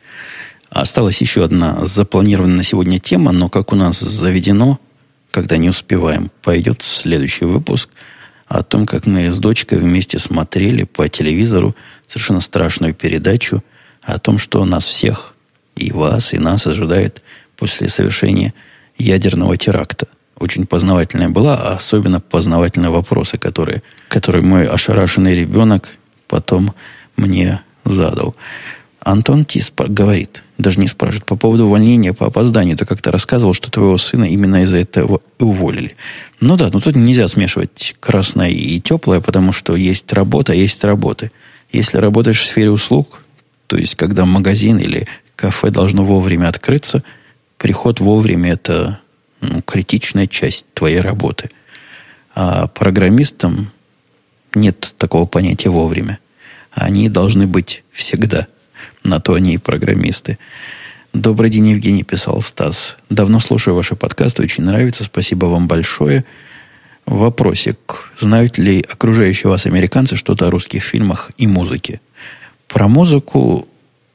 Осталась еще одна запланированная на сегодня тема, но как у нас заведено, когда не успеваем, пойдет следующий выпуск о том, как мы с дочкой вместе смотрели по телевизору совершенно страшную передачу о том, что нас всех, и вас, и нас ожидает после совершения ядерного теракта. Очень познавательная была, а особенно познавательные вопросы, которые, которые мой ошарашенный ребенок потом мне задал. Антон Тис говорит, даже не спрашивает, по поводу увольнения по опозданию. Ты как-то рассказывал, что твоего сына именно из-за этого уволили. Ну да, но тут нельзя смешивать красное и теплое, потому что есть работа, есть работы. Если работаешь в сфере услуг, то есть когда магазин или кафе должно вовремя открыться, приход вовремя – это ну, критичная часть твоей работы. А программистам нет такого понятия вовремя. Они должны быть всегда. На то они и программисты. Добрый день, Евгений, писал Стас. Давно слушаю ваши подкасты, очень нравится. Спасибо вам большое. Вопросик. Знают ли окружающие вас американцы что-то о русских фильмах и музыке? Про музыку...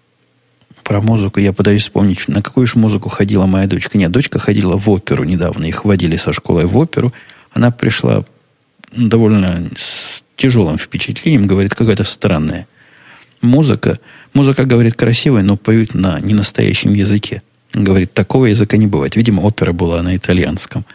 Про музыку я пытаюсь вспомнить, на какую же музыку ходила моя дочка. Нет, дочка ходила в оперу недавно. Их водили со школой в оперу. Она пришла довольно с тяжелым впечатлением. Говорит, какая-то странная музыка. Музыка, говорит, красивая, но поют на ненастоящем языке. Говорит, такого языка не бывает. Видимо, опера была на итальянском.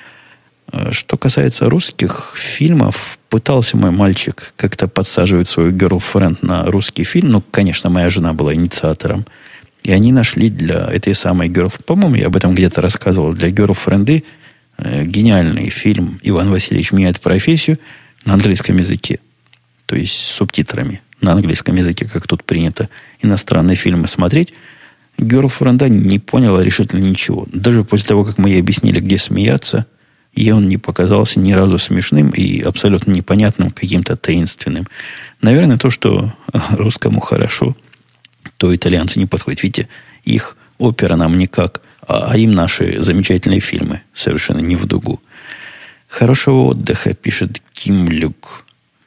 Что касается русских фильмов, пытался мой мальчик как-то подсаживать свою girlfriend на русский фильм. Ну, конечно, моя жена была инициатором. И они нашли для этой самой girlfriend, по-моему, я об этом где-то рассказывал, для girlfriend э, гениальный фильм «Иван Васильевич меняет профессию» на английском языке. То есть с субтитрами на английском языке, как тут принято иностранные фильмы смотреть. Girlfriend не поняла решительно ничего. Даже после того, как мы ей объяснили, где смеяться, ей он не показался ни разу смешным и абсолютно непонятным, каким-то таинственным. Наверное, то, что русскому хорошо, то итальянцу не подходит. Видите, их опера нам никак, а им наши замечательные фильмы совершенно не в дугу. Хорошего отдыха, пишет Ким Люк.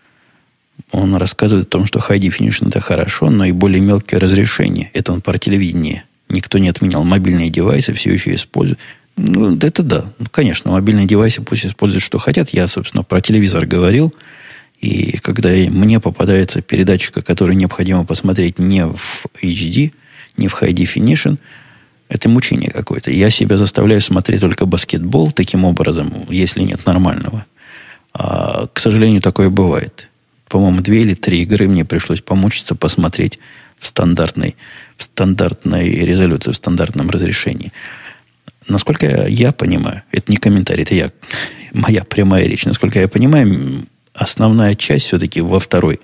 Он рассказывает о том, что High Definition это хорошо, но и более мелкие разрешения. Это он про телевидение. Никто не отменял. Мобильные девайсы все еще используют. Ну, это да. Ну, конечно, мобильные девайсы пусть используют, что хотят. Я, собственно, про телевизор говорил. И когда мне попадается передатчика, которую необходимо посмотреть не в эйч ди, не в High Definition, это мучение какое-то. Я себя заставляю смотреть только баскетбол таким образом, если нет нормального. А, к сожалению, такое бывает. по-моему, две или три игры мне пришлось помучиться, посмотреть в стандартной, в стандартной резолюции, в стандартном разрешении. Насколько я, я понимаю, это не комментарий, это я, моя прямая речь. Насколько я понимаю, основная часть все-таки во второй,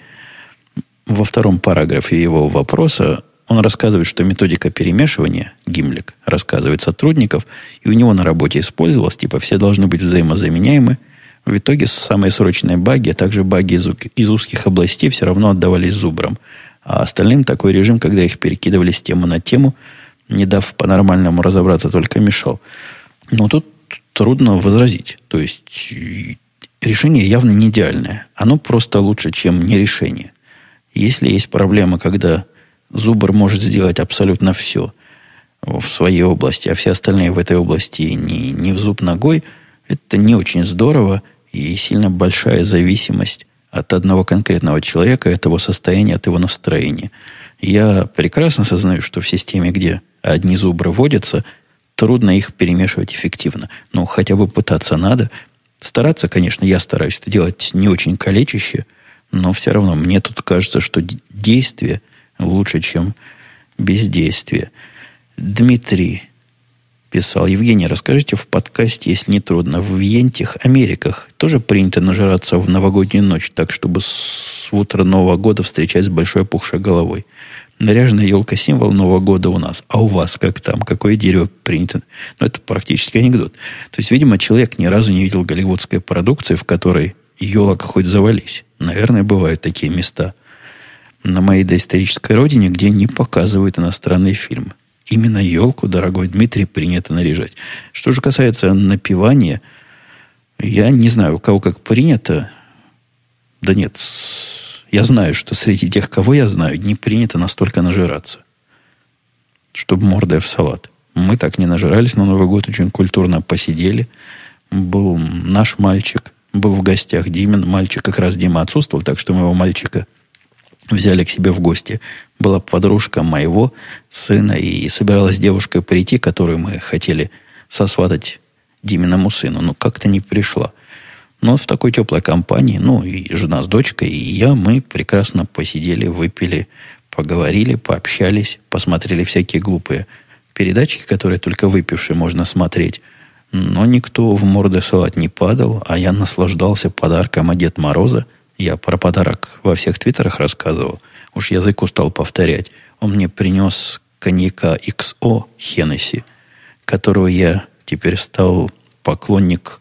во втором параграфе его вопроса он рассказывает, что методика перемешивания, Гимлик, рассказывает сотрудников, и у него на работе использовалась, типа, все должны быть взаимозаменяемы. В итоге самые срочные баги, а также баги из, из узких областей все равно отдавались зубрам. А остальным такой режим, когда их перекидывали с темы на тему, не дав по-нормальному разобраться, только мешал. Но тут трудно возразить. То есть решение явно не идеальное. Оно просто лучше, чем не решение. Если есть проблема, когда зубр может сделать абсолютно все в своей области, а все остальные в этой области не, не в зуб ногой, это не очень здорово и сильно большая зависимость от одного конкретного человека, от его состояния, от его настроения. Я прекрасно осознаю, что в системе, где одни зубры водятся, трудно их перемешивать эффективно. Но хотя бы пытаться надо. Стараться, конечно, я стараюсь это делать не очень калечище, но все равно мне тут кажется, что действие лучше, чем бездействие. Дмитрий писал: Евгений, расскажите в подкасте, если не трудно, в Вентих, Америках тоже принято нажираться в новогоднюю ночь, так, чтобы с утра Нового года встречать с большой опухшей головой. Наряженная елка — символ Нового года у нас. А у вас как там? Какое дерево принято? Ну, это практически анекдот. То есть, видимо, человек ни разу не видел голливудской продукции, в которой елок хоть завались. Наверное, бывают такие места на моей доисторической родине, где не показывают иностранные фильмы. Именно елку, дорогой Дмитрий, принято наряжать. Что же касается напивания, я не знаю, у кого как принято. Да нет, я знаю, что среди тех, кого я знаю, не принято настолько нажираться, чтобы мордой в салат. Мы так не нажирались на Новый год, очень культурно посидели. Был наш мальчик, был в гостях Димин мальчик, как раз Дима отсутствовал, так что моего мальчика взяли к себе в гости. Была подружка моего сына, и собиралась девушка прийти, которую мы хотели сосватать Диминому сыну, но как-то не пришла. Но в такой теплой компании, ну, и жена с дочкой, и я, мы прекрасно посидели, выпили, поговорили, пообщались, посмотрели всякие глупые передачки, которые только выпившие можно смотреть. Но никто в морды салат не падал, а я наслаждался подарком от Деда Мороза. Я про подарок во всех твиттерах рассказывал. Уж язык устал повторять. Он мне принес коньяка икс о Хеннесси, которого я теперь стал поклонник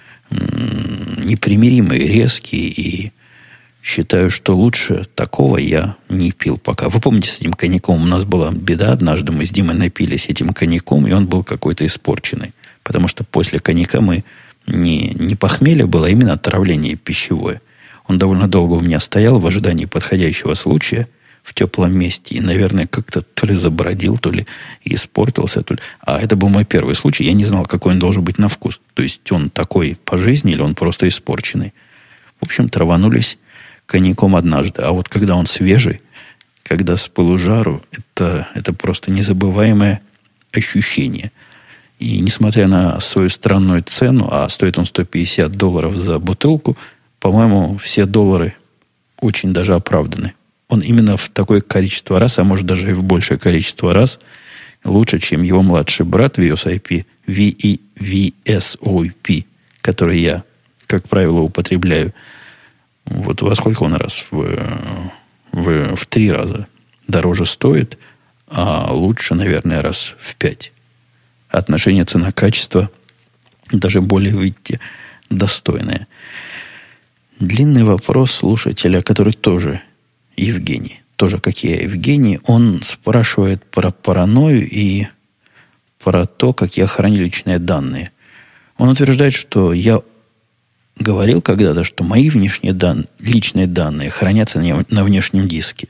м- непримиримый, резкий, и считаю, что лучше такого я не пил пока. Вы помните, с этим коньяком у нас была беда. Однажды мы с Димой напились этим коньяком, и он был какой-то испорченный. Потому что после коньяка мы не, не похмелье было, а именно отравление пищевое. Он довольно долго у меня стоял в ожидании подходящего случая в теплом месте. И, наверное, как-то то ли забродил, то ли испортился. То ли... А это был мой первый случай. Я не знал, какой он должен быть на вкус. То есть он такой по жизни или он просто испорченный. В общем, траванулись коньяком однажды. А вот когда он свежий, когда с пылу жару, это, это просто незабываемое ощущение. И несмотря на свою странную цену, а стоит он сто пятьдесят долларов за бутылку, по-моему, все доллары очень даже оправданы. Он именно в такое количество раз, а может даже и в большее количество раз, лучше, чем его младший брат ви эс ай пи, ви и ви эс ой пи, который я, как правило, употребляю. Вот во сколько он раз? В, в, в три раза дороже стоит, а лучше, наверное, раз в пять. Отношение цена-качество даже более, видите, достойное. Длинный вопрос слушателя, который тоже Евгений, тоже как я, Евгений, он спрашивает про паранойю и про то, как я храню личные данные. Он утверждает, что я говорил когда-то, что мои внешние данные, личные данные хранятся на внешнем диске.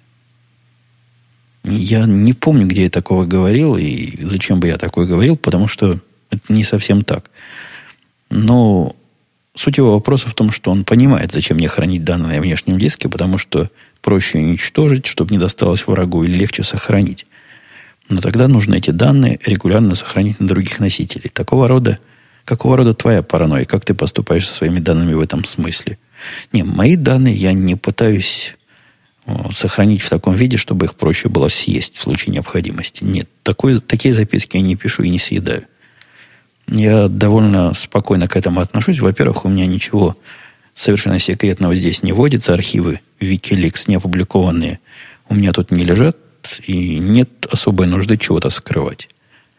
Я не помню, где я такого говорил, и зачем бы я такое говорил, потому что это не совсем так. Но суть его вопроса в том, что он понимает, зачем мне хранить данные на внешнем диске, потому что проще уничтожить, чтобы не досталось врагу, или легче сохранить. Но тогда нужно эти данные регулярно сохранить на других носителей. Такого рода, какого рода твоя паранойя? Как ты поступаешь со своими данными в этом смысле? Не, мои данные я не пытаюсь сохранить в таком виде, чтобы их проще было съесть в случае необходимости. Нет, такой, такие записки я не пишу и не съедаю. Я довольно спокойно к этому отношусь. Во-первых, у меня ничего совершенно секретного здесь не водится. Архивы Wikileaks не опубликованные у меня тут не лежат. И нет особой нужды чего-то скрывать.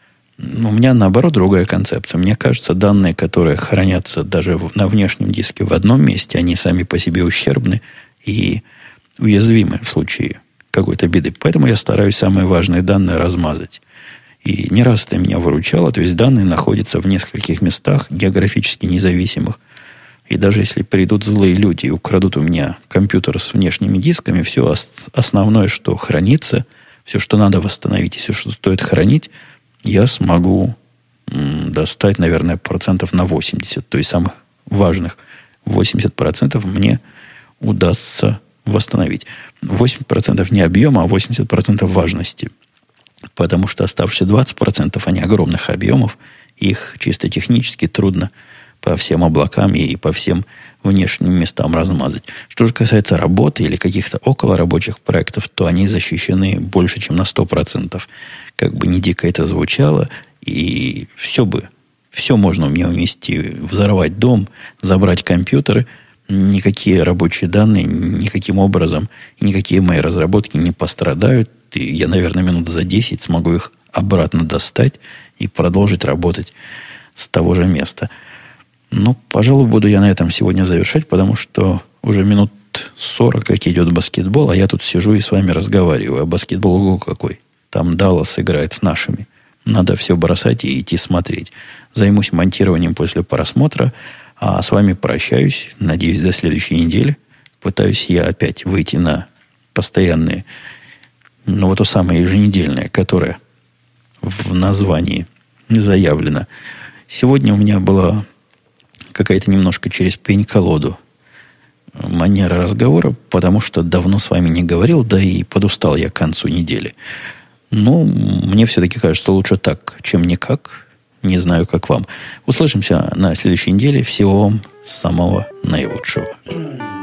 У меня, наоборот, другая концепция. Мне кажется, данные, которые хранятся даже на внешнем диске в одном месте, они сами по себе ущербны и уязвимы в случае какой-то беды. Поэтому я стараюсь самые важные данные размазать. И не раз это меня выручало. То есть данные находятся в нескольких местах, географически независимых. И даже если придут злые люди и украдут у меня компьютер с внешними дисками, все основное, что хранится, все, что надо восстановить, и все, что стоит хранить, я смогу м, достать, наверное, процентов на восемьдесят. То есть самых важных восемьдесят процентов мне удастся восстановить. восемьдесят процентов не объема, а восемьдесят процентов важности. Потому что оставшиеся двадцать процентов, они огромных объемов, их чисто технически трудно по всем облакам и по всем внешним местам размазать. Что же касается работы или каких-то околорабочих проектов, то они защищены больше, чем на сто процентов. Как бы ни дико это звучало, и все бы, все можно у меня уместить, взорвать дом, забрать компьютеры, никакие рабочие данные никаким образом, никакие мои разработки не пострадают, и я, наверное, минут за десять смогу их обратно достать и продолжить работать с того же места. Ну, пожалуй, буду я на этом сегодня завершать, потому что уже минут сорок, как идет баскетбол, а я тут сижу и с вами разговариваю. А баскетбол, ого, какой. Там Даллас играет с нашими. Надо все бросать и идти смотреть. Займусь монтированием после просмотра, а с вами прощаюсь. Надеюсь, до следующей недели. Пытаюсь я опять выйти на постоянные, ну, вот то самое еженедельное, которое в названии заявлено. Сегодня у меня была какая-то немножко через пень-колоду манера разговора, потому что давно с вами не говорил, да и подустал я к концу недели. Но мне все-таки кажется, лучше так, чем никак. Не знаю, как вам. Услышимся на следующей неделе. Всего вам самого наилучшего.